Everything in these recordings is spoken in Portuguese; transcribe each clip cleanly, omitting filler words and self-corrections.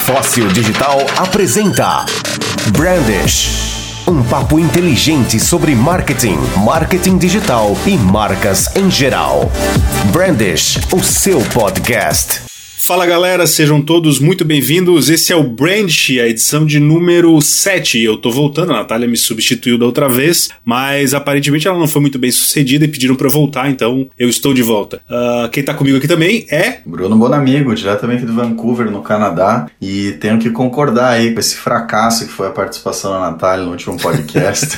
Fóssil Digital apresenta Brandish, um papo inteligente sobre marketing, marketing digital e marcas em geral. Brandish, o seu podcast. Fala galera, sejam todos muito bem-vindos. Esse é o Brandish, a edição de número 7. Eu tô voltando, a Natália me substituiu da outra vez, mas aparentemente ela não foi muito bem sucedida e pediram pra eu voltar, então eu estou de volta. Quem tá comigo aqui também é... Bruno Bonamigo, diretamente de Vancouver, no Canadá, e tenho que concordar aí com esse fracasso que foi a participação da Natália no último podcast.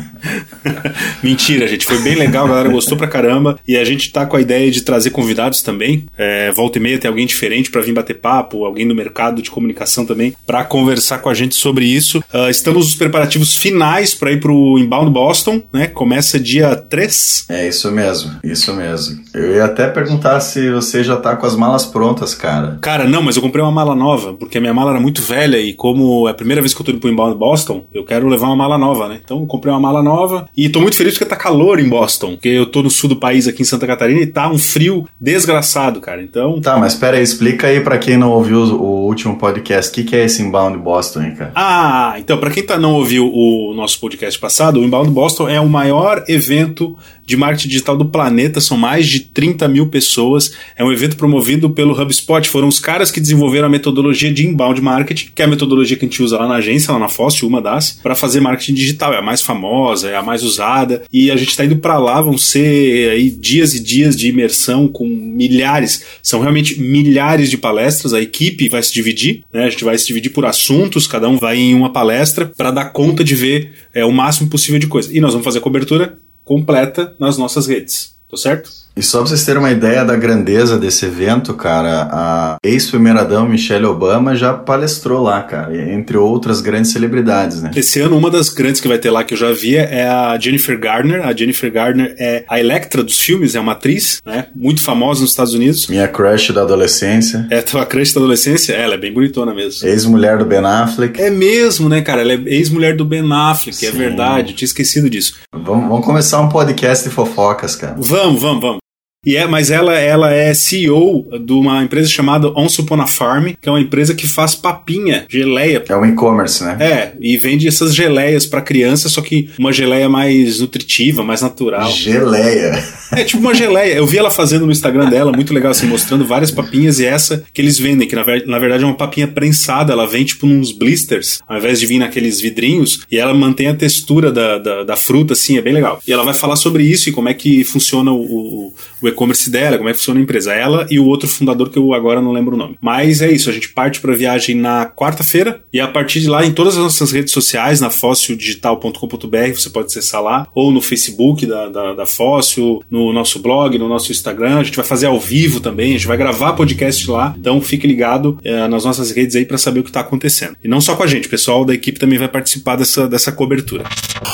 Mentira, gente, foi bem legal, a galera gostou pra caramba, e a gente tá com a ideia de trazer convidados também, volta e meia tem alguém diferente pra vir bater papo, alguém do mercado de comunicação também, pra conversar com a gente sobre isso. Estamos nos preparativos finais pra ir pro Inbound Boston, né, começa dia 3. É isso mesmo, isso mesmo. Eu ia até perguntar se você já tá com as malas prontas, cara. Cara, não, mas eu comprei uma mala nova, porque a minha mala era muito velha, e como é a primeira vez que eu tô indo pro Inbound Boston, eu quero levar uma mala nova, né, então eu comprei uma mala nova, e tô muito feliz porque tá calor em Boston, porque eu tô no sul do país, aqui em Santa Catarina, e tá um frio desgraçado, cara, então... Tá, mas pera aí, explica aí pra quem não ouviu o último podcast, o que é esse Inbound Boston, hein, cara? Ah, então pra quem não ouviu o nosso podcast passado, o Inbound Boston é o maior evento de marketing digital do planeta, são mais de 30 mil pessoas, é um evento promovido pelo HubSpot, foram os caras que desenvolveram a metodologia de Inbound Marketing, que é a metodologia que a gente usa lá na agência, lá na Fóssil, uma das, para fazer marketing digital, é a mais famosa, é a mais usada, e a gente tá indo pra lá, vão ser aí dias e dias de imersão com milhares, são realmente milhares de palestras, a equipe vai se dividir, né? A gente vai se dividir por assuntos, cada um vai em uma palestra para dar conta de ver o máximo possível de coisa. E nós vamos fazer a cobertura completa nas nossas redes, tá certo? E só pra vocês terem uma ideia da grandeza desse evento, cara, a ex-primeira-dama Michelle Obama já palestrou lá, cara, entre outras grandes celebridades, né? Esse ano, uma das grandes que vai ter lá, que eu já vi, é a Jennifer Garner. A Jennifer Garner é a Electra dos filmes, é uma atriz, né, muito famosa nos Estados Unidos. Minha crush da adolescência. É, tua crush da adolescência? Ela é bem bonitona mesmo. Ex-mulher do Ben Affleck. É mesmo, né, cara? Ela é ex-mulher do Ben Affleck, Sim. É verdade, eu tinha esquecido disso. Vamos começar um podcast de fofocas, cara. Vamos. Mas ela é CEO de uma empresa chamada Once Upon a Farm, que é uma empresa que faz papinha, geleia. É um e-commerce, né? E vende essas geleias pra criança, só que uma geleia mais nutritiva, mais natural. Geleia. É tipo uma geleia. Eu vi ela fazendo no Instagram dela, muito legal, assim, mostrando várias papinhas, e essa que eles vendem, que na verdade é uma papinha prensada, ela vem tipo nos blisters, ao invés de vir naqueles vidrinhos, e ela mantém a textura da fruta, assim, é bem legal. E ela vai falar sobre isso e como é que funciona o e-commerce dela, como é que funciona a empresa. Ela e o outro fundador que eu agora não lembro o nome. Mas é isso, a gente parte pra viagem na quarta-feira, e a partir de lá, em todas as nossas redes sociais, na fossildigital.com.br, você pode acessar lá, ou no Facebook da Fóssil, no nosso blog, no nosso Instagram, a gente vai fazer ao vivo também, a gente vai gravar podcast lá, então fique ligado nas nossas redes aí pra saber o que tá acontecendo. E não só com a gente, o pessoal da equipe também vai participar dessa cobertura.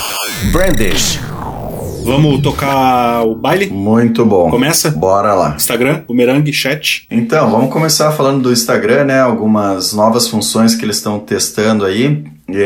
Brandish. Vamos tocar o baile? Muito bom. Começa? Bora lá. Instagram, Boomerang, Chat. Então, vamos começar falando do Instagram, né? Algumas novas funções que eles estão testando aí.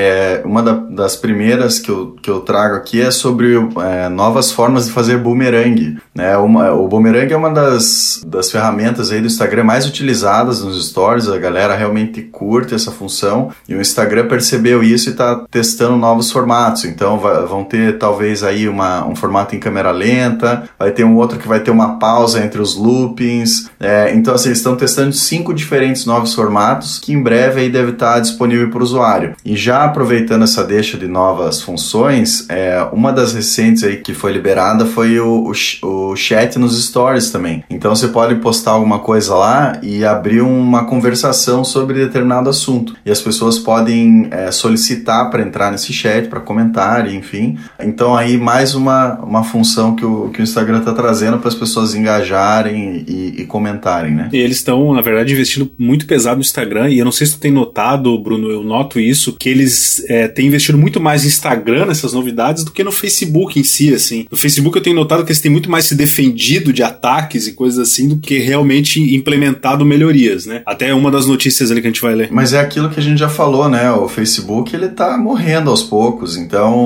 Uma das primeiras que eu trago aqui é sobre novas formas de fazer boomerang, né? O boomerang é uma das ferramentas aí do Instagram mais utilizadas nos stories, a galera realmente curte essa função, e o Instagram percebeu isso e está testando novos formatos. Então vão ter talvez aí um formato em câmera lenta, vai ter um outro que vai ter uma pausa entre os loopings, então assim, eles estão testando 5 diferentes novos formatos que em breve aí deve estar disponível para o usuário. E já aproveitando essa deixa de novas funções, uma das recentes aí que foi liberada foi o chat nos stories também. Então você pode postar alguma coisa lá e abrir uma conversação sobre determinado assunto. E as pessoas podem solicitar para entrar nesse chat, para comentar, enfim. Então aí mais uma função que o Instagram está trazendo para as pessoas engajarem e comentarem, né? E eles estão, na verdade, investindo muito pesado no Instagram, e eu não sei se tu tem notado, Bruno, eu noto isso, que eles têm investido muito mais no Instagram nessas novidades do que no Facebook em si, assim. No Facebook eu tenho notado que eles têm muito mais se defendido de ataques e coisas assim do que realmente implementado melhorias, né? Até uma das notícias ali que a gente vai ler. Mas é aquilo que a gente já falou, né? O Facebook, ele tá morrendo aos poucos, então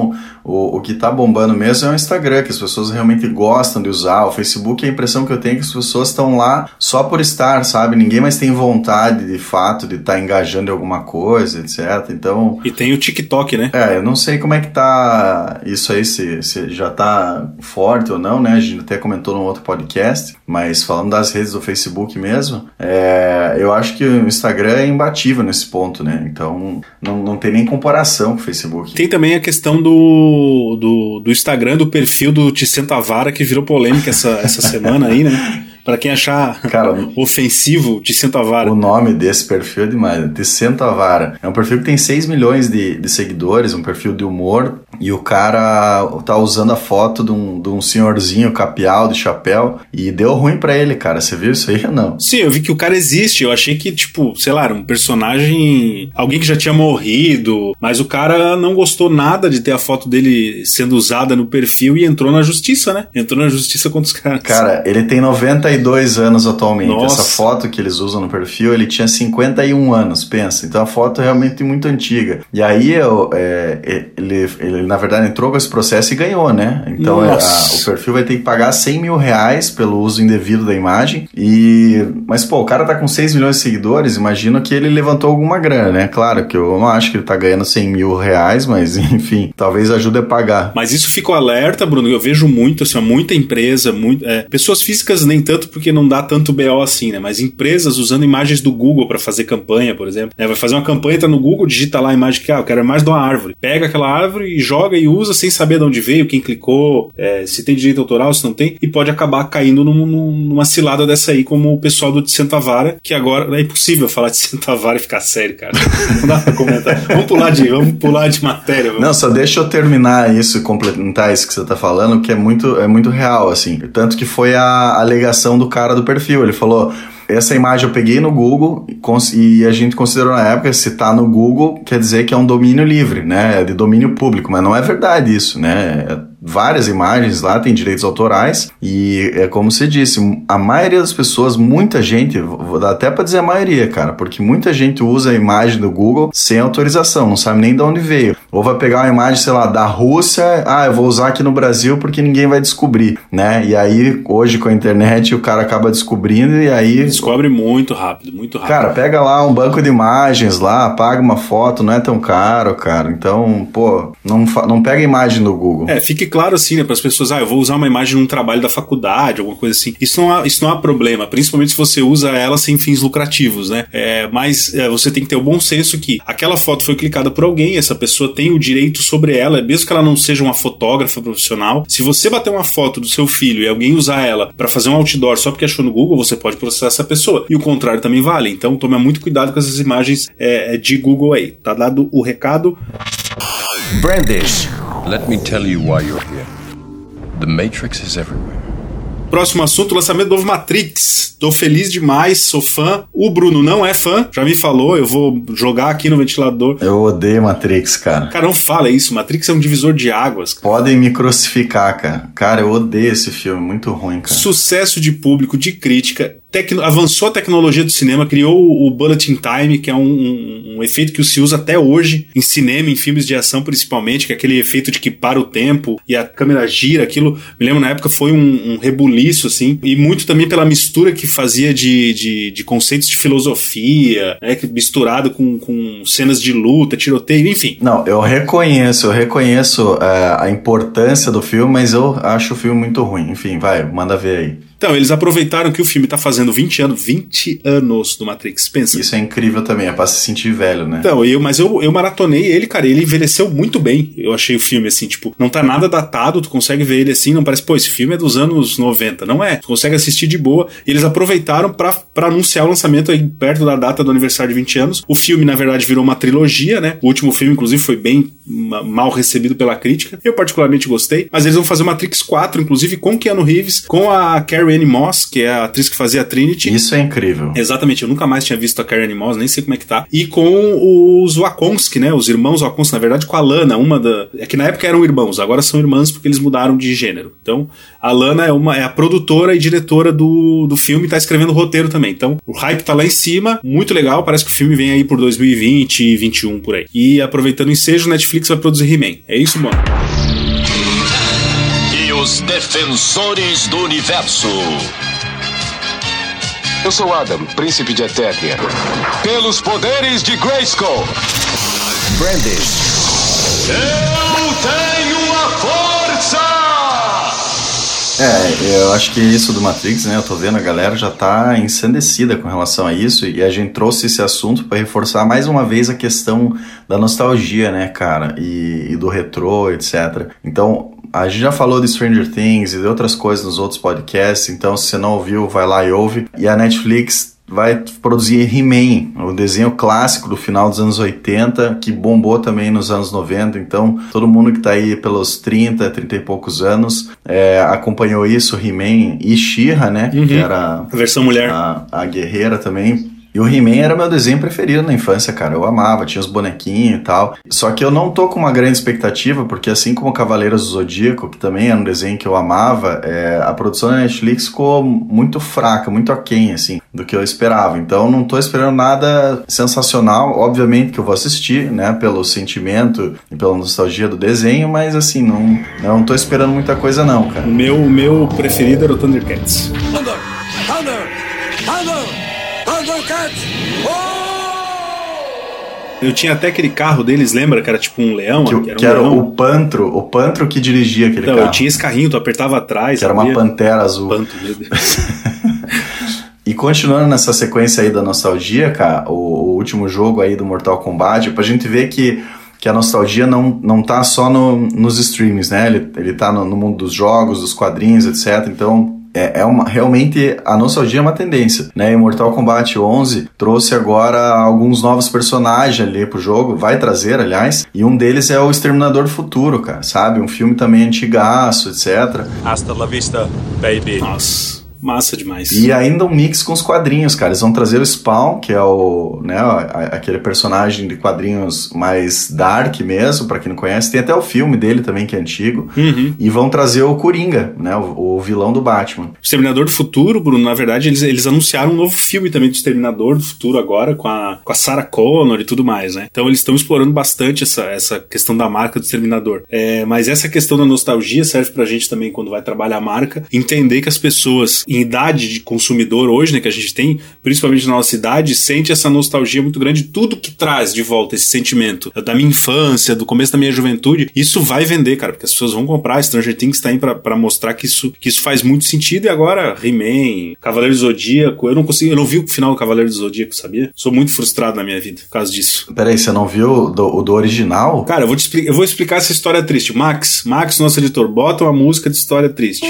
O que tá bombando mesmo é o Instagram, que as pessoas realmente gostam de usar. O Facebook, a impressão que eu tenho é que as pessoas estão lá só por estar, sabe? Ninguém mais tem vontade, de fato, de estar engajando em alguma coisa, etc. Então... E tem o TikTok, né? Eu não sei como é que tá isso aí, se já tá forte ou não, né? A gente até comentou num outro podcast, mas falando das redes do Facebook mesmo, eu acho que o Instagram é imbatível nesse ponto, né? Então, não tem nem comparação com o Facebook. Tem também a questão do Instagram, do perfil do Ticen Tavara, que virou polêmica essa semana aí, né? Pra quem achar ofensivo, Ticen Tavara. O nome desse perfil é demais, Ticen Tavara. É um perfil que tem 6 milhões de seguidores, um perfil de humor, e o cara tá usando a foto de um senhorzinho capial, de chapéu, e deu ruim pra ele, cara. Você viu isso aí ou não? Sim, eu vi que o cara existe. Eu achei que, tipo, sei lá, era um personagem, alguém que já tinha morrido, mas o cara não gostou nada de ter a foto dele sendo usada no perfil e entrou na justiça, né? Entrou na justiça contra os caras. Ele tem 92 anos atualmente. Nossa. Essa foto que eles usam no perfil, ele tinha 51 anos, pensa. Então a foto é realmente muito antiga. E aí ele na verdade entrou com esse processo e ganhou, né? Então o perfil vai ter que pagar 100 mil reais pelo uso indevido da imagem. Mas pô, o cara tá com 6 milhões de seguidores, imagino que ele levantou alguma grana, né? Claro que eu não acho que ele tá ganhando 100 mil reais, mas enfim, talvez ajude a pagar. Mas isso ficou alerta, Bruno. Eu vejo muito, assim, muita empresa, pessoas físicas nem tanto, porque não dá tanto BO assim, né? Mas empresas usando imagens do Google pra fazer campanha, por exemplo. Vai fazer uma campanha, tá no Google, digita lá a imagem que, eu quero mais de uma árvore. Pega aquela árvore e joga e usa sem saber de onde veio, quem clicou, se tem direito autoral, se não tem, e pode acabar caindo numa cilada dessa aí, como o pessoal do Ticen Tavara, que agora é impossível falar de Ticen Tavara e ficar sério, cara. Não dá pra comentar. Vamos pular de matéria. Vamos. Não, só deixa eu terminar isso e complementar isso que você tá falando, que é muito real, assim. Tanto que foi a alegação do cara do perfil. Ele falou: essa imagem eu peguei no Google e a gente considerou na época, se tá no Google, quer dizer que é um domínio livre, né? É de domínio público, mas não é verdade isso, né? Várias imagens lá têm direitos autorais e é como você disse, a maioria das pessoas, muita gente, vou dar até pra dizer a maioria, cara, porque muita gente usa a imagem do Google sem autorização, não sabe nem de onde veio. Ou vai pegar uma imagem, sei lá, da Rússia, eu vou usar aqui no Brasil porque ninguém vai descobrir, né? E aí, hoje com a internet, o cara acaba descobrindo e aí... Descobre muito rápido, muito rápido. Cara, pega lá um banco de imagens lá, paga uma foto, não é tão caro, cara. Então, pô, não pega imagem no Google. Fique claro assim, né, para as pessoas, eu vou usar uma imagem num trabalho da faculdade, alguma coisa assim. Isso não há problema, principalmente se você usa ela sem fins lucrativos, né? Mas você tem que ter o bom senso que aquela foto foi clicada por alguém, essa pessoa tem o direito sobre ela, mesmo que ela não seja uma fotógrafa profissional. Se você bater uma foto do seu filho e alguém usar ela para fazer um outdoor só porque achou no Google, você pode processar essa pessoa. E o contrário também vale. Então tome muito cuidado com essas imagens de Google aí. Tá dado o recado. Brandish. Let me tell you why you're here. The Matrix is everywhere. Próximo assunto, lançamento do novo Matrix. Tô feliz demais, sou fã. O Bruno não é fã, já me falou, eu vou jogar aqui no ventilador. Eu odeio Matrix, cara. Cara, não fala isso, Matrix é um divisor de águas. Podem me crucificar, cara. Cara, eu odeio esse filme, muito ruim, cara. Sucesso de público, de crítica, avançou a tecnologia do cinema, criou o Bullet in Time, que é um efeito que se usa até hoje em cinema, em filmes de ação principalmente, que é aquele efeito de que para o tempo e a câmera gira, aquilo, me lembro na época foi um rebuliço, assim, e muito também pela mistura que fazia de conceitos de filosofia, né, misturado com cenas de luta, tiroteio, enfim. Não, eu reconheço a importância do filme, mas eu acho o filme muito ruim. Enfim, vai, manda ver aí. Então, eles aproveitaram que o filme tá fazendo 20 anos do Matrix, pensa. Isso é incrível também, é pra se sentir velho, né? Então, eu maratonei ele, cara, ele envelheceu muito bem, eu achei o filme, assim, tipo, não tá nada datado, tu consegue ver ele assim, não parece, esse filme é dos anos 90, não é? Tu consegue assistir de boa, e eles aproveitaram pra anunciar o lançamento aí perto da data do aniversário de 20 anos, o filme, na verdade, virou uma trilogia, né? O último filme, inclusive, foi bem mal recebido pela crítica, eu particularmente gostei, mas eles vão fazer o Matrix 4, inclusive, com Keanu Reeves, com a Carrie-Anne Moss, que é a atriz que fazia a Trinity. Isso é incrível. Exatamente, eu nunca mais tinha visto a Carrie-Anne Moss, nem sei como é que tá. E com os Wachowski, né? Os irmãos Wachowski, na verdade, com a Lana, é que na época eram irmãos, agora são irmãs porque eles mudaram de gênero. Então, a Lana é a produtora e diretora do filme e tá escrevendo o roteiro também. Então, o hype tá lá em cima, muito legal, parece que o filme vem aí por 2020 e 2021 por aí. E aproveitando o ensejo, Netflix vai produzir He-Man. É isso, mano? Os Defensores do Universo. Eu sou Adam, príncipe de Eternia. Pelos poderes de Grayskull. Brandish. Eu tenho a força! Eu acho que isso do Matrix, né? Eu tô vendo, a galera já tá ensandecida com relação a isso, e a gente trouxe esse assunto para reforçar mais uma vez a questão da nostalgia, né, cara? E do retrô, etc. Então, a gente já falou de Stranger Things e de outras coisas nos outros podcasts, então se você não ouviu, vai lá e ouve. E a Netflix vai produzir He-Man, o desenho clássico do final dos anos 80, que bombou também nos anos 90, então todo mundo que tá aí pelos 30 e poucos anos acompanhou isso, He-Man e She-Ra, né, que era a versão mulher, a guerreira também. E o He-Man era meu desenho preferido na infância, cara. Eu amava, tinha os bonequinhos e tal. Só que eu não tô com uma grande expectativa, porque assim como Cavaleiros do Zodíaco, que também era um desenho que eu amava, a produção da Netflix ficou muito fraca, muito aquém, assim, do que eu esperava. Então não tô esperando nada sensacional. Obviamente que eu vou assistir, né, pelo sentimento e pela nostalgia do desenho, mas assim, não tô esperando muita coisa não, cara. O meu preferido era o Thundercats. Eu tinha até aquele carro deles, lembra? Que era tipo um leão? Que era o Pantro que dirigia aquele carro. Eu tinha esse carrinho, tu apertava atrás. Que era uma pantera azul. Meu Deus. E continuando nessa sequência aí da nostalgia, cara, o último jogo aí do Mortal Kombat, pra gente ver que a nostalgia não tá só nos streams, né? Ele tá no mundo dos jogos, dos quadrinhos, etc. Então, realmente a nostalgia é uma tendência, né? E Mortal Kombat 11 trouxe agora alguns novos personagens ali pro jogo, vai trazer, aliás, e um deles é o Exterminador do Futuro, cara, sabe? Um filme também antigaço, etc. Hasta la vista, baby. Nossa, massa demais. E ainda um mix com os quadrinhos, cara. Eles vão trazer o Spawn, que é o, né, aquele personagem de quadrinhos mais dark mesmo, pra quem não conhece. Tem até o filme dele também, que é antigo. E vão trazer o Coringa, né, o vilão do Batman. O Exterminador do Futuro, Bruno, na verdade, eles anunciaram um novo filme também do Exterminador do Futuro agora, com a Sarah Connor e tudo mais, né? Então eles estão explorando bastante essa questão da marca do Exterminador. Mas essa questão da nostalgia serve pra gente também, quando vai trabalhar a marca, entender que as pessoas em idade de consumidor hoje, né, que a gente tem, principalmente na nossa idade, sente essa nostalgia muito grande, tudo que traz de volta esse sentimento da minha infância, do começo da minha juventude, isso vai vender, cara, porque as pessoas vão comprar. Stranger Things tá aí pra mostrar que isso faz muito sentido. E agora He-Man, Cavaleiro do Zodíaco, eu não vi o final do Cavaleiro do Zodíaco, sabia? Sou muito frustrado na minha vida por causa disso. Peraí, você não viu o do original? Cara, eu vou explicar essa história triste. Max, nosso editor, bota uma música de história triste.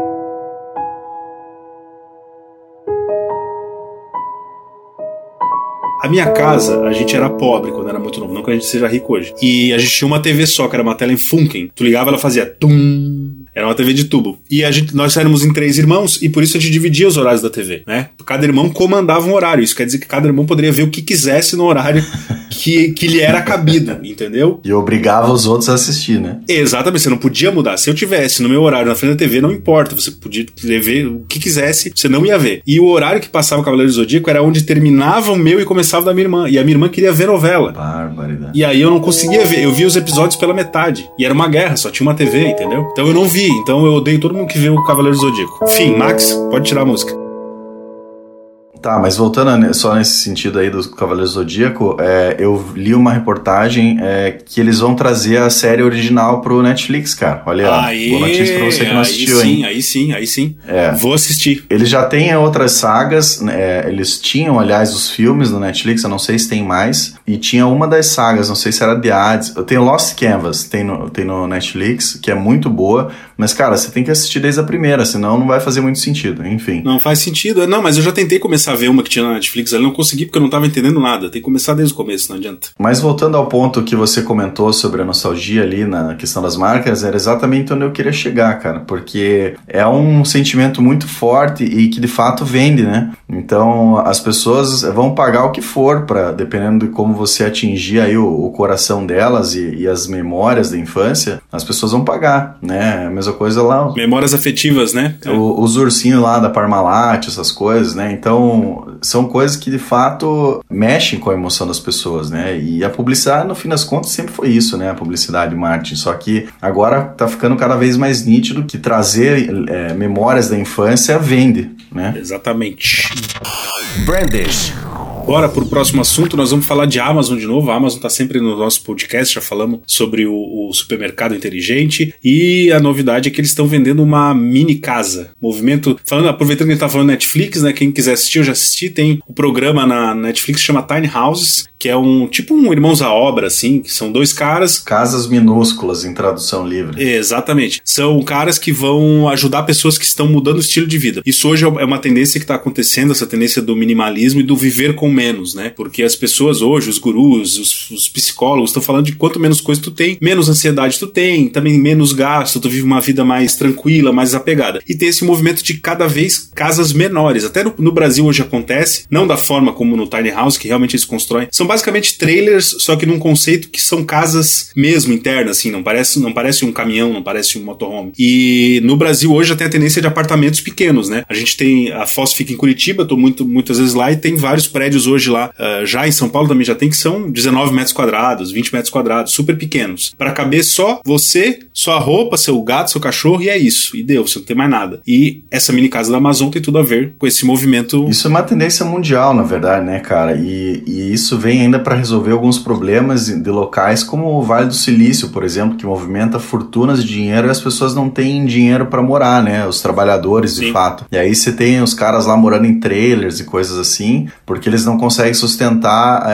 A minha casa, a gente era pobre quando era muito novo, não que a gente seja rico hoje. E a gente tinha uma TV só, que era uma tela em Funken. Tu ligava, ela fazia tum. Era uma TV de tubo. E nós éramos em 3 irmãos, e por isso a gente dividia os horários da TV, né? Cada irmão comandava um horário. Isso quer dizer que cada irmão poderia ver o que quisesse no horário que lhe era cabido, entendeu? E obrigava os outros a assistir, né? Exatamente, você não podia mudar. Se eu tivesse no meu horário na frente da TV, não importa. Você podia ver o que quisesse, você não ia ver. E o horário que passava o Cavaleiro do Zodíaco era onde terminava o meu e começava da minha irmã. E a minha irmã queria ver novela. Barbaridade. E aí eu não conseguia ver. Eu via os episódios pela metade. E era uma guerra, só tinha uma TV, entendeu? Então eu não vi. Então eu odeio todo mundo que vê o Cavaleiro do Zodíaco. Fim, Max, pode tirar a música. Tá, mas voltando só nesse sentido aí do Cavaleiro do Zodíaco, eu li uma reportagem que eles vão trazer a série original pro Netflix, cara. Olha, boa notícia pra você que não assistiu, hein? Aí sim. Vou assistir. Eles já têm outras sagas, eles tinham, aliás, os filmes no Netflix, eu não sei se tem mais, e tinha uma das sagas, não sei se era The Hades, eu tenho Lost Canvas, tem no Netflix, que é muito boa, mas, cara, você tem que assistir desde a primeira, senão não vai fazer muito sentido, enfim. Não faz sentido, não, mas eu já tentei começar a ver uma que tinha na Netflix, ali não consegui porque eu não tava entendendo nada. Tem que começar desde o começo, não adianta. Mas voltando ao ponto que você comentou sobre a nostalgia ali na questão das marcas, era exatamente onde eu queria chegar, cara, porque é um sentimento muito forte e que de fato vende, né? Então as pessoas vão pagar o que for, dependendo de como você atingir aí o coração delas e as memórias da infância, as pessoas vão pagar, né? A mesma coisa lá. Memórias afetivas, né? Os ursinhos lá da Parmalat, essas coisas, né? Então são coisas que de fato mexem com a emoção das pessoas, né? E a publicidade, no fim das contas, sempre foi isso, né? A publicidade e marketing. Só que agora tá ficando cada vez mais nítido que trazer memórias da infância vende, né? Exatamente. Brandish. Bora pro próximo assunto, nós vamos falar de Amazon de novo. A Amazon tá sempre no nosso podcast, já falamos sobre o supermercado inteligente, e a novidade é que eles estão vendendo uma mini casa. Movimento, aproveitando que a gente tá falando Netflix, né? Quem quiser assistir, eu já assisti, tem o programa na Netflix que chama Tiny Houses, que é um Irmãos à Obra, assim, que são dois caras... Casas minúsculas, em tradução livre. Exatamente. São caras que vão ajudar pessoas que estão mudando o estilo de vida. Isso hoje é uma tendência que está acontecendo, essa tendência do minimalismo e do viver com menos, né? Porque as pessoas hoje, os gurus, os psicólogos estão falando de quanto menos coisa tu tem, menos ansiedade tu tem, também menos gasto, tu vive uma vida mais tranquila, mais apegada. E tem esse movimento de cada vez casas menores. Até no Brasil hoje acontece, não da forma como no Tiny House, que realmente eles constroem. São basicamente trailers, só que num conceito que são casas mesmo internas, assim, não parece um caminhão, não parece um motorhome. E no Brasil hoje já tem a tendência de apartamentos pequenos, né? A gente tem, a Foz fica em Curitiba, eu tô muitas vezes lá, e tem vários prédios hoje lá, já em São Paulo também já tem, que são 19 metros quadrados, 20 metros quadrados, super pequenos, para caber só você, sua roupa, seu gato, seu cachorro, e é isso, e deu, você não tem mais nada. E essa mini casa da Amazon tem tudo a ver com esse movimento. Isso é uma tendência mundial, na verdade, né, cara? E isso vem ainda para resolver alguns problemas de locais como o Vale do Silício, por exemplo, que movimenta fortunas de dinheiro e as pessoas não têm dinheiro para morar, né? Os trabalhadores, de fato. E aí você tem os caras lá morando em trailers e coisas assim, porque eles não conseguem sustentar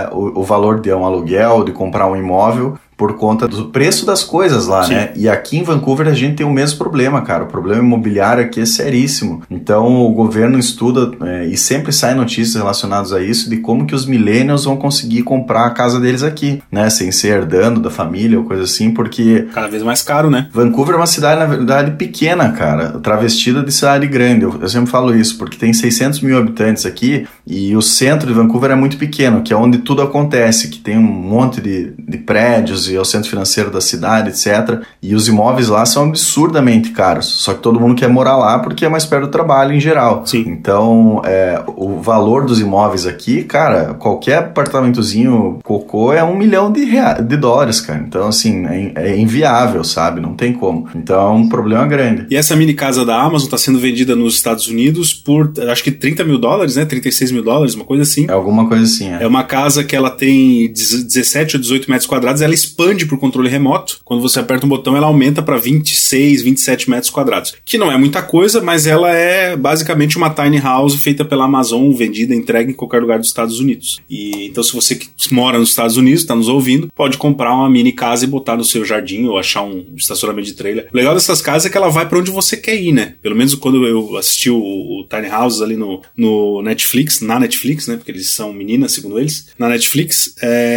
o valor de um aluguel, de comprar um imóvel, por conta do preço das coisas lá, Sim. né? E aqui em Vancouver a gente tem o mesmo problema, cara. O problema imobiliário aqui é seríssimo. Então o governo estuda e sempre sai notícias relacionadas a isso, de como que os millennials vão conseguir comprar a casa deles aqui, né? Sem ser herdando da família ou coisa assim, porque... Cada vez mais caro, né? Vancouver é uma cidade, na verdade, pequena, cara. Travestida de cidade grande. Eu sempre falo isso, porque tem 600 mil habitantes aqui e o centro de Vancouver é muito pequeno, que é onde tudo acontece, que tem um monte de prédios e é o centro financeiro da cidade, etc. E os imóveis lá são absurdamente caros. Só que todo mundo quer morar lá porque é mais perto do trabalho em geral. Sim. Então, o valor dos imóveis aqui, cara, qualquer apartamentozinho cocô é $1 milhão de dólares, cara. Então, assim, é inviável, sabe? Não tem como. Então, é um problema grande. E essa mini casa da Amazon está sendo vendida nos Estados Unidos por, acho que $30 mil, né? $36 mil, uma coisa assim. É alguma coisa assim, É uma casa que ela tem 17 ou 18 metros quadrados, ela expande por controle remoto. Quando você aperta um botão, ela aumenta para 26, 27 metros quadrados. Que não é muita coisa, mas ela é basicamente uma tiny house feita pela Amazon, vendida, entregue em qualquer lugar dos Estados Unidos. E então, se você mora nos Estados Unidos, está nos ouvindo, pode comprar uma mini casa e botar no seu jardim ou achar um estacionamento de trailer. O legal dessas casas é que ela vai para onde você quer ir, né? Pelo menos quando eu assisti o Tiny Houses ali no Netflix, na Netflix, né? Porque eles são meninas, segundo eles. Na Netflix,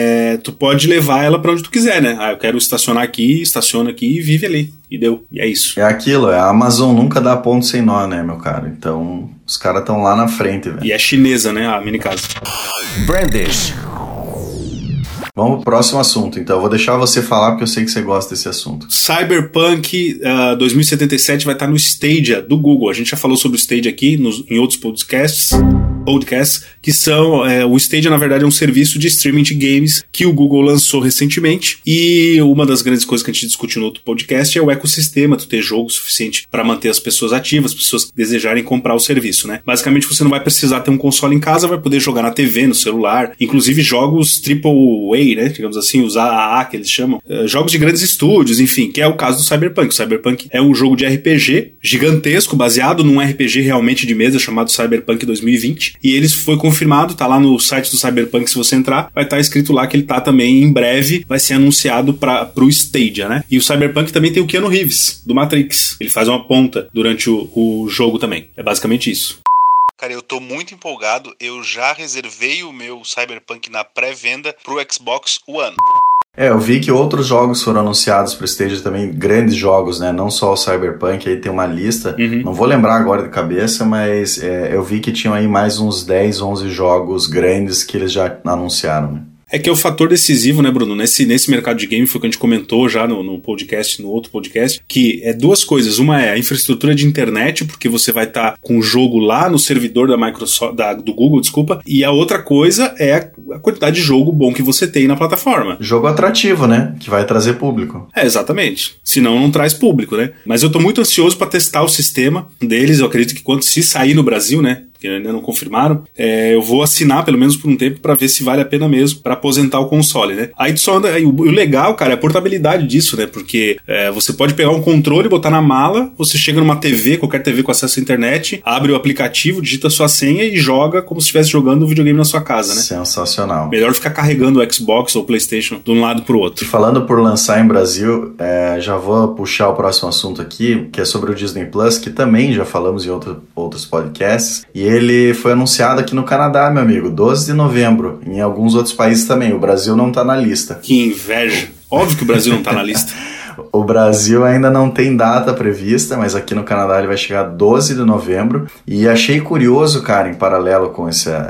tu pode levar ela para onde tu quiser, né? Eu quero estacionar aqui, estaciona aqui e vive ali. E deu. E é isso. É aquilo, a Amazon nunca dá ponto sem nó, né, meu cara? Então, os caras estão lá na frente, velho. E é chinesa, né, a mini casa. Brandish. Vamos pro próximo assunto, então. Eu vou deixar você falar porque eu sei que você gosta desse assunto. Cyberpunk 2077 vai estar no Stadia do Google. A gente já falou sobre o Stadia aqui em outros podcasts, que são... o Stadia, na verdade, é um serviço de streaming de games que o Google lançou recentemente. E uma das grandes coisas que a gente discutiu no outro podcast é o ecossistema, tu ter jogo suficiente para manter as pessoas ativas, as pessoas que desejarem comprar o serviço, né? Basicamente, você não vai precisar ter um console em casa, vai poder jogar na TV, no celular, inclusive jogos AAA, né? Digamos assim, os AAA que eles chamam. Jogos de grandes estúdios, enfim, que é o caso do Cyberpunk. O Cyberpunk é um jogo de RPG gigantesco, baseado num RPG realmente de mesa chamado Cyberpunk 2020. E ele foi confirmado, tá lá no site do Cyberpunk, se você entrar, vai estar escrito lá que ele tá também, em breve, vai ser anunciado pro Stadia, né? E o Cyberpunk também tem o Keanu Reeves, do Matrix. Ele faz uma ponta durante o jogo também. É basicamente isso. Cara, eu tô muito empolgado. Eu já reservei o meu Cyberpunk na pré-venda pro Xbox One. Eu vi que outros jogos foram anunciados para o Stadia também, grandes jogos, né? Não só o Cyberpunk, aí tem uma lista, não vou lembrar agora de cabeça, mas eu vi que tinham aí mais uns 10, 11 jogos grandes que eles já anunciaram, né? É que é o fator decisivo, né, Bruno? Nesse mercado de game, foi o que a gente comentou já no podcast, no outro podcast, que é duas coisas. Uma é a infraestrutura de internet, porque você vai estar com o jogo lá no servidor da Microsoft, do Google, desculpa, e a outra coisa é a quantidade de jogo bom que você tem na plataforma. Jogo atrativo, né? Que vai trazer público. Exatamente. Senão não traz público, né? Mas eu tô muito ansioso para testar o sistema deles. Eu acredito que quando se sair no Brasil, né, que ainda não confirmaram, eu vou assinar pelo menos por um tempo para ver se vale a pena mesmo para aposentar o console, né? Aí só anda, o legal, cara, é a portabilidade disso, né? Porque você pode pegar um controle, botar na mala, você chega numa TV, qualquer TV com acesso à internet, abre o aplicativo, digita a sua senha e joga como se estivesse jogando um videogame na sua casa, né? Sensacional. Melhor ficar carregando o Xbox ou o PlayStation de um lado pro outro. Falando por lançar em Brasil, já vou puxar o próximo assunto aqui, que é sobre o Disney Plus, que também já falamos em outros podcasts, e ele foi anunciado aqui no Canadá, meu amigo, 12 de novembro, em alguns outros países também. O Brasil não tá na lista. Que inveja. Óbvio que o Brasil não tá na lista. O Brasil ainda não tem data prevista, mas aqui no Canadá ele vai chegar 12 de novembro. E achei curioso, cara, em paralelo com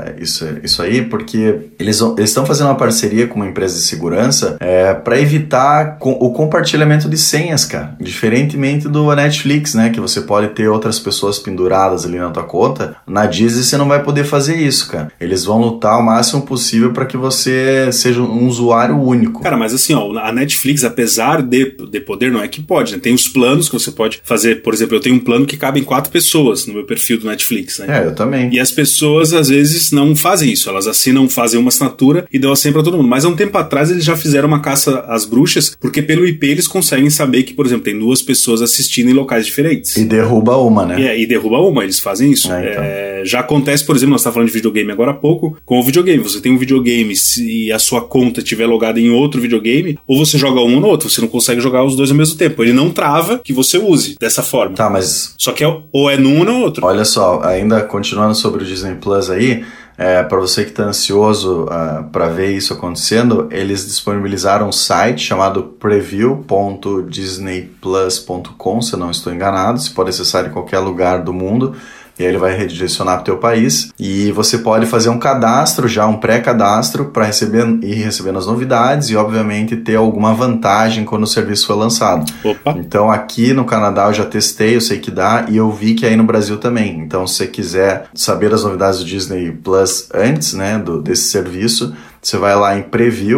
isso aí, porque eles estão fazendo uma parceria com uma empresa de segurança para evitar o compartilhamento de senhas, cara. Diferentemente do Netflix, né, que você pode ter outras pessoas penduradas ali na tua conta, na Disney você não vai poder fazer isso, cara. Eles vão lutar o máximo possível para que você seja um usuário único. Cara, mas assim, ó, a Netflix, apesar de poder, não é que pode, né? Tem os planos que você pode fazer. Por exemplo, eu tenho um plano que cabem 4 pessoas no meu perfil do Netflix, né? Eu também. E as pessoas, às vezes, não fazem isso. Elas fazem uma assinatura e dão a senha pra todo mundo. Mas há um tempo atrás, eles já fizeram uma caça às bruxas, porque pelo IP eles conseguem saber que, por exemplo, tem 2 pessoas assistindo em locais diferentes. E derruba uma, né? E derruba uma, eles fazem isso. Então. Já acontece, por exemplo, nós estávamos falando de videogame agora há pouco, com o videogame. Você tem um videogame, se a sua conta estiver logada em outro videogame, ou você joga um ou no outro, você não consegue jogar os dois ao mesmo tempo. Ele não trava que você use dessa forma. Tá, mas... Só que ou é num ou no outro. Olha só, ainda continuando sobre o Disney Plus aí, para você que está ansioso para ver isso acontecendo, eles disponibilizaram um site chamado preview.disneyplus.com, se eu não estou enganado. Você pode acessar em qualquer lugar do mundo. E aí ele vai redirecionar para o teu país e você pode fazer um cadastro, já um pré-cadastro, para ir recebendo as novidades e obviamente ter alguma vantagem quando o serviço for lançado. Opa. Então aqui no Canadá eu já testei, eu sei que dá, e eu vi que aí no Brasil também. Então se você quiser saber as novidades do Disney Plus antes, né, desse serviço, você vai lá em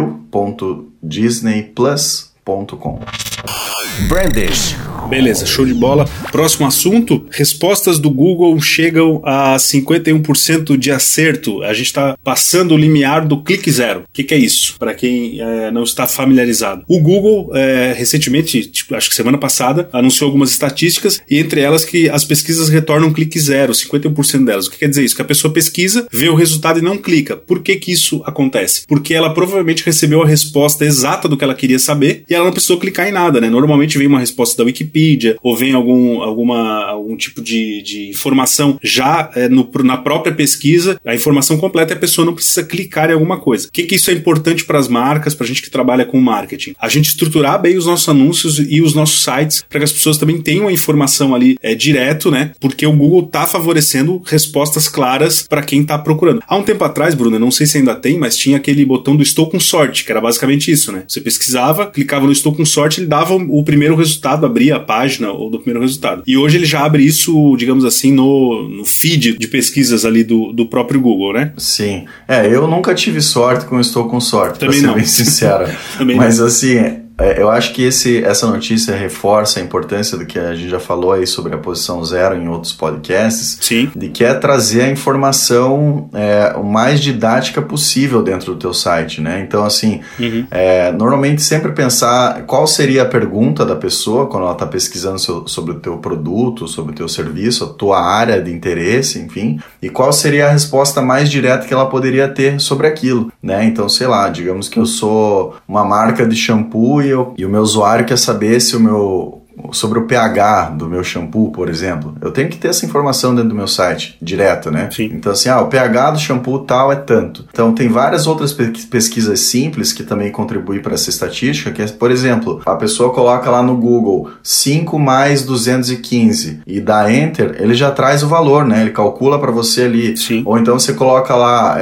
preview.disneyplus.com. Brandish. Beleza, show de bola. Próximo assunto, respostas do Google chegam a 51% de acerto. A gente está passando o limiar do clique zero. O que é isso? Para quem não está familiarizado. O Google, recentemente, acho que semana passada, anunciou algumas estatísticas e entre elas que as pesquisas retornam clique zero, 51% delas. O que quer dizer isso? Que a pessoa pesquisa, vê o resultado e não clica. Por que isso acontece? Porque ela provavelmente recebeu a resposta exata do que ela queria saber e ela não precisou clicar em nada, né? Normalmente vem uma resposta da Wikipedia ou vem algum tipo de informação já na própria pesquisa, a informação completa e a pessoa não precisa clicar em alguma coisa. O que isso é importante para as marcas, para a gente que trabalha com marketing? A gente estruturar bem os nossos anúncios e os nossos sites para que as pessoas também tenham a informação ali direto, né? Porque o Google está favorecendo respostas claras para quem está procurando. Há um tempo atrás, Bruno, eu não sei se ainda tem, mas tinha aquele botão do estou com sorte, que era basicamente isso, né? Você pesquisava, clicava no estou com sorte, ele dava o primeiro resultado, abria a página ou do primeiro resultado. E hoje ele já abre isso, digamos assim, no feed de pesquisas ali do próprio Google, né? Sim. Eu nunca tive sorte com estou com sorte, também pra ser não. bem sincero. Mas assim... eu acho que essa notícia reforça a importância do que a gente já falou aí sobre a posição zero em outros podcasts. Sim. De que é trazer a informação o mais didática possível dentro do teu site, né? Então, assim, normalmente sempre pensar qual seria a pergunta da pessoa quando ela está pesquisando sobre o teu produto, sobre o teu serviço, a tua área de interesse, enfim, e qual seria a resposta mais direta que ela poderia ter sobre aquilo, né? Então, sei lá, digamos que eu sou uma marca de shampoo e o meu usuário quer saber se o meu sobre o pH do meu shampoo, por exemplo, eu tenho que ter essa informação dentro do meu site, direto, né? Sim. Então assim, o pH do shampoo tal é tanto. Então tem várias outras pesquisas simples que também contribuem para essa estatística, que é, por exemplo, a pessoa coloca lá no Google 5 mais 215 e dá Enter, ele já traz o valor, né? Ele calcula para você ali. Sim. Ou então você coloca lá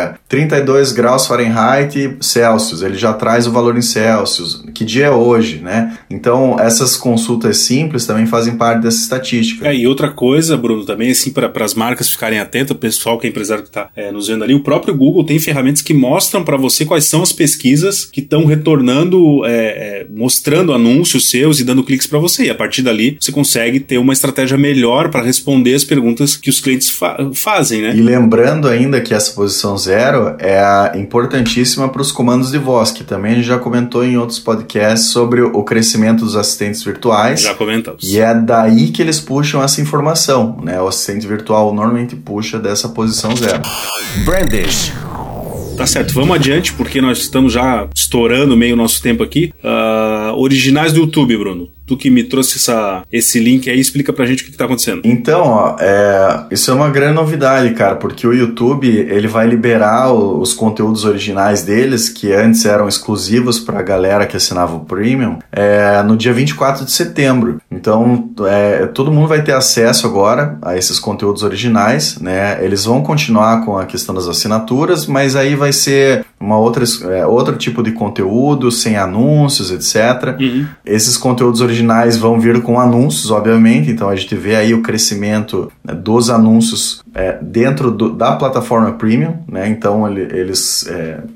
32 graus Fahrenheit Celsius, ele já traz o valor em Celsius. Que dia é hoje, né? Então essas consultas simples também fazem parte dessa estatística. E outra coisa, Bruno, também assim, para as marcas ficarem atentas, o pessoal que é empresário que está nos vendo ali, o próprio Google tem ferramentas que mostram para você quais são as pesquisas que estão retornando, mostrando anúncios seus e dando cliques para você. E a partir dali você consegue ter uma estratégia melhor para responder as perguntas que os clientes fazem, né? E lembrando ainda que essa posição 0 é importantíssima para os comandos de voz, que também a gente já comentou em outros podcasts sobre o crescimento dos assistentes virtuais. Já comentamos. E é daí que eles puxam essa informação, né? O assistente virtual normalmente puxa dessa posição 0. Brandish. Tá certo, vamos adiante, porque nós estamos já estourando meio nosso tempo aqui. Originais do YouTube, Bruno. Tu que me trouxe esse link aí, explica pra gente o que tá acontecendo. Então, isso é uma grande novidade, cara, porque o YouTube, ele vai liberar os conteúdos originais deles, que antes eram exclusivos pra galera que assinava o Premium, no dia 24 de setembro. Então, todo mundo vai ter acesso agora a esses conteúdos originais, né? Eles vão continuar com a questão das assinaturas, mas aí vai ser outro tipo de conteúdo, sem anúncios, etc. Uhum. Esses conteúdos originais vão vir com anúncios, obviamente, então a gente vê aí o crescimento dos anúncios dentro da plataforma Premium, né? Então eles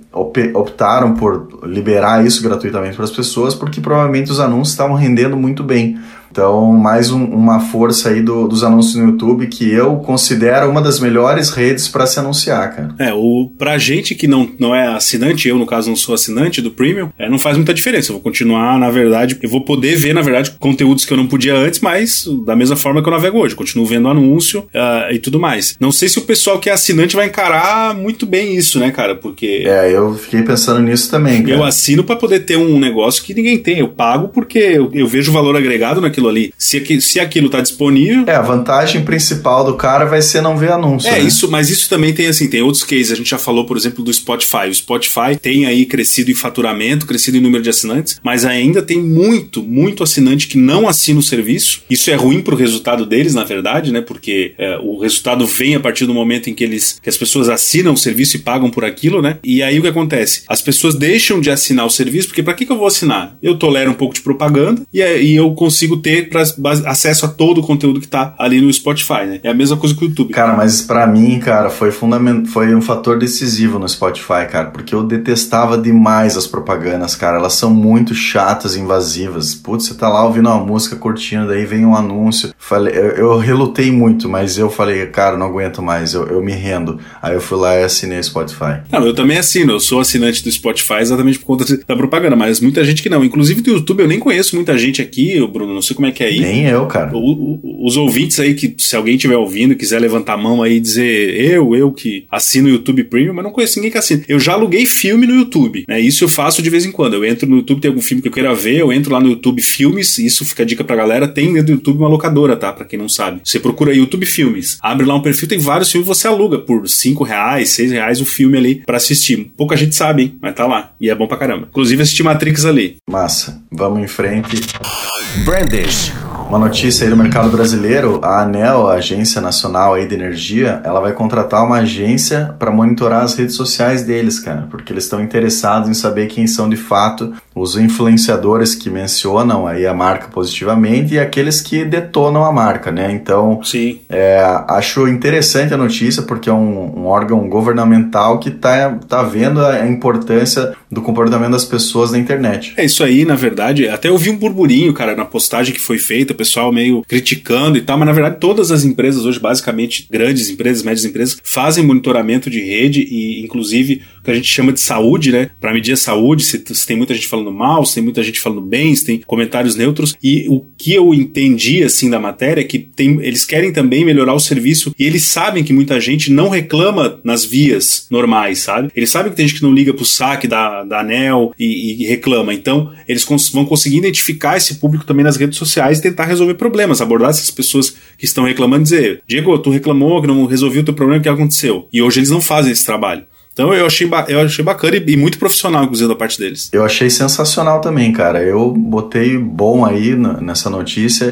optaram por liberar isso gratuitamente para as pessoas, porque provavelmente os anúncios estavam rendendo muito bem. Então, mais uma força aí dos anúncios no YouTube, que eu considero uma das melhores redes para se anunciar, cara. Pra gente que não é assinante, eu no caso não sou assinante do Premium, não faz muita diferença. Eu vou continuar, na verdade, eu vou poder ver, na verdade, conteúdos que eu não podia antes, mas da mesma forma que eu navego hoje. Eu continuo vendo anúncio e tudo mais. Não sei se o pessoal que é assinante vai encarar muito bem isso, né, cara? Porque... eu fiquei pensando nisso também, cara. Eu assino para poder ter um negócio que ninguém tem. Eu pago porque eu vejo o valor agregado naquilo ali. Se aquilo tá disponível... A vantagem principal do cara vai ser não ver anúncio, né? Mas isso também tem outros cases. A gente já falou, por exemplo, do Spotify. O Spotify tem aí crescido em faturamento, crescido em número de assinantes, mas ainda tem muito, muito assinante que não assina o serviço. Isso é ruim pro resultado deles, na verdade, né? Porque o resultado vem a partir do momento em que as pessoas assinam o serviço e pagam por aquilo, né? E aí o que acontece? As pessoas deixam de assinar o serviço, porque pra que eu vou assinar? Eu tolero um pouco de propaganda e eu consigo ter acesso a todo o conteúdo que tá ali no Spotify, né? É a mesma coisa que o YouTube. Cara, mas pra mim, cara, foi um fator decisivo no Spotify, cara, porque eu detestava demais as propagandas, cara. Elas são muito chatas e invasivas. Putz, você tá lá ouvindo uma música, curtindo, daí vem um anúncio. Eu relutei muito, mas eu falei, cara, não aguento mais, eu me rendo. Aí eu fui lá e assinei o Spotify. Não, eu também assino, eu sou assinante do Spotify exatamente por conta da propaganda, mas muita gente que não. Inclusive do YouTube eu nem conheço muita gente aqui, Bruno, não sei como é que é aí. Nem eu, cara. Os ouvintes aí, que se alguém estiver ouvindo, quiser levantar a mão aí e dizer eu que assino o YouTube Premium, mas não conheço ninguém que assina. Eu já aluguei filme no YouTube, né? Isso eu faço de vez em quando. Eu entro no YouTube, tem algum filme que eu queira ver, eu entro lá no YouTube Filmes, isso fica a dica pra galera, tem dentro do YouTube uma locadora, tá? Pra quem não sabe. Você procura YouTube Filmes, abre lá um perfil, tem vários filmes, você aluga por R$5, R$6 o filme ali pra assistir. Pouca gente sabe, hein? Mas tá lá. E é bom pra caramba. Inclusive assisti Matrix ali. Massa. Vamos em frente. Brandish. Uma notícia aí do mercado brasileiro, a ANEEL, a Agência Nacional aí de Energia, ela vai contratar uma agência para monitorar as redes sociais deles, cara, porque eles estão interessados em saber quem são de fato os influenciadores que mencionam aí a marca positivamente e aqueles que detonam a marca, né? Então, sim. Acho interessante a notícia porque é um órgão governamental que tá vendo a importância do comportamento das pessoas na internet. É isso aí, na verdade, até eu vi um burburinho, cara, na postagem que foi feita, o pessoal meio criticando e tal, mas na verdade todas as empresas hoje, basicamente grandes empresas, médias empresas, fazem monitoramento de rede e inclusive o que a gente chama de saúde, né? Pra medir a saúde, se tem muita gente falando mal, se tem muita gente falando bem, se tem comentários neutros. E o que eu entendi, assim, da matéria é que eles querem também melhorar o serviço e eles sabem que muita gente não reclama nas vias normais, sabe? Eles sabem que tem gente que não liga pro saque da ANEEL e reclama. Então, eles vão conseguir identificar esse público também nas redes sociais e tentar resolver problemas, abordar essas pessoas que estão reclamando e dizer: Diego, tu reclamou que não resolvi o teu problema, o que aconteceu? E hoje eles não fazem esse trabalho. Então eu achei bacana e muito profissional, inclusive, da parte deles. Eu achei sensacional também, cara. Eu botei bom aí nessa notícia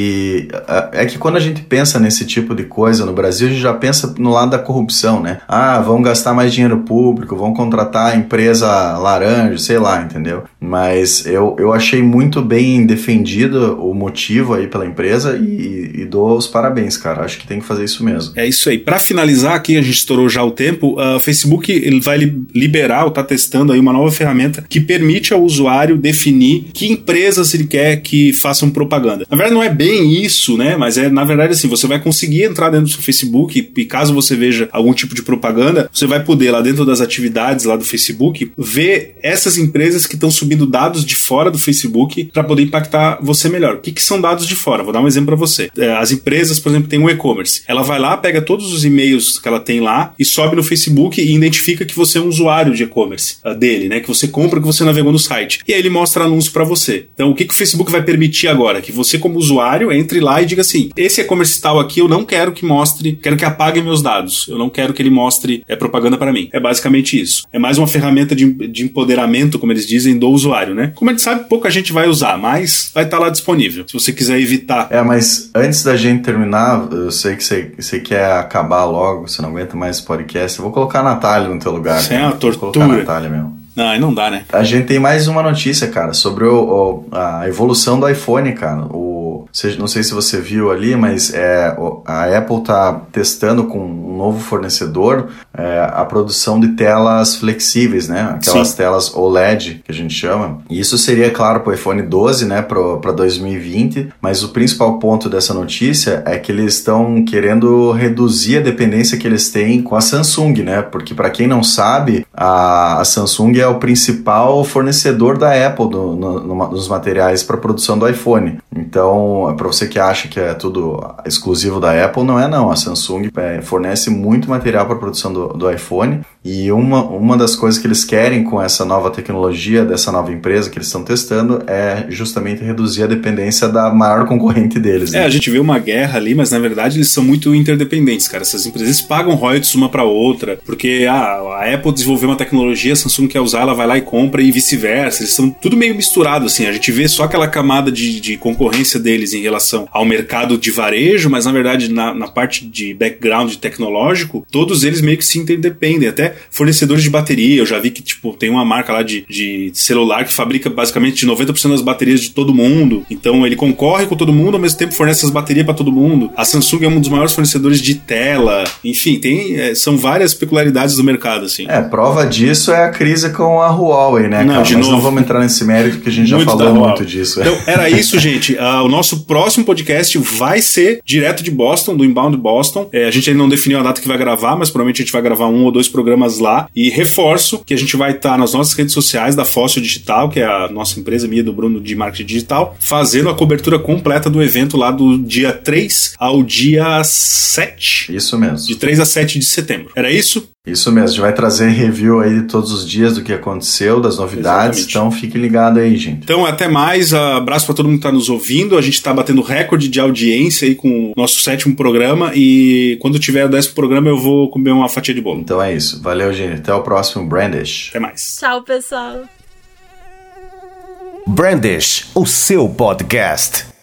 e é que quando a gente pensa nesse tipo de coisa no Brasil, a gente já pensa no lado da corrupção, né? Vão gastar mais dinheiro público, vão contratar a empresa laranja, sei lá, entendeu? Mas eu achei muito bem defendido o motivo aí pela empresa e dou os parabéns, cara. Acho que tem que fazer isso mesmo. É isso aí. Pra finalizar aqui, a gente estourou já o tempo, o Facebook ele vai liberar ou tá testando aí uma nova ferramenta que permite ao usuário definir que empresas ele quer que façam propaganda. Na verdade não é bem isso, né? Mas na verdade assim, você vai conseguir entrar dentro do seu Facebook e caso você veja algum tipo de propaganda, você vai poder lá dentro das atividades lá do Facebook ver essas empresas que estão subindo dados de fora do Facebook para poder impactar você melhor. O que são dados de fora? Vou dar um exemplo para você. As empresas, por exemplo, têm um e-commerce. Ela vai lá, pega todos os e-mails que ela tem lá e sobe no Facebook e identifica que você é um usuário de e-commerce dele, né? Que você compra, que você navegou no site. E aí ele mostra anúncio para você. Então, o que o Facebook vai permitir agora? Que você, como usuário, entre lá e diga assim: esse e-commerce tal aqui eu não quero que mostre, quero que apague meus dados. Eu não quero que ele mostre propaganda para mim. É basicamente isso. É mais uma ferramenta de empoderamento, como eles dizem, do usuário, né? Como a gente sabe, pouca gente vai usar, mas vai estar lá disponível. Se você quiser evitar. Mas antes da gente terminar, eu sei que você quer acabar logo, você não aguenta mais esse podcast. Eu vou colocar a Natália no teu lugar. Isso é uma tortura. Vou colocar a Natália mesmo. Não dá, né? A gente tem mais uma notícia, cara, sobre a evolução do iPhone, cara. Não sei se você viu ali, mas a Apple tá testando com um novo fornecedor a produção de telas flexíveis, né? Aquelas Sim. telas OLED, que a gente chama. E isso seria, claro, pro iPhone 12, né? Para 2020. Mas o principal ponto dessa notícia é que eles estão querendo reduzir a dependência que eles têm com a Samsung, né? Porque, para quem não sabe, a Samsung é o principal fornecedor da Apple nos materiais para produção do iPhone. Então, para você que acha que é tudo exclusivo da Apple, não é não. A Samsung fornece muito material para produção do iPhone e uma das coisas que eles querem com essa nova tecnologia, dessa nova empresa que eles estão testando, é justamente reduzir a dependência da maior concorrente deles. Né? A gente vê uma guerra ali, mas na verdade eles são muito interdependentes, cara. Essas empresas pagam royalties uma para outra, porque a Apple desenvolveu uma tecnologia, a Samsung quer usar, ela vai lá e compra e vice-versa. Eles são tudo meio misturado, assim. A gente vê só aquela camada de concorrência deles em relação ao mercado de varejo, mas na verdade na parte de background tecnológico, todos eles meio que se interdependem. Até fornecedores de bateria, eu já vi que tem uma marca lá de celular que fabrica basicamente 90% das baterias de todo mundo. Então ele concorre com todo mundo, ao mesmo tempo fornece as baterias para todo mundo. A Samsung é um dos maiores fornecedores de tela. Enfim, são várias peculiaridades do mercado, assim. Prova disso é a crise com a Huawei, né, cara? Mas não vamos entrar nesse mérito que a gente já falou muito disso. Então, era isso, gente. O nosso próximo podcast vai ser direto de Boston, do Inbound Boston. A gente ainda não definiu a data que vai gravar, mas provavelmente a gente vai gravar 1 ou 2 programas lá. E reforço que a gente vai estar nas nossas redes sociais da Fóssil Digital, que é a nossa empresa, minha e do Bruno, de marketing digital, fazendo a cobertura completa do evento lá do dia 3 ao dia 7. Isso mesmo. De 3 a 7 de setembro. Era isso? Isso mesmo, a gente vai trazer review aí de todos os dias do que aconteceu, das novidades. Exatamente. Então fique ligado aí, gente. Então até mais, abraço para todo mundo que está nos ouvindo. A gente está batendo recorde de audiência aí com o nosso 7º programa e quando tiver o 10º programa eu vou comer uma fatia de bolo. Então é isso, valeu, gente, até o próximo Brandish. Até mais. Tchau, pessoal. Brandish, o seu podcast.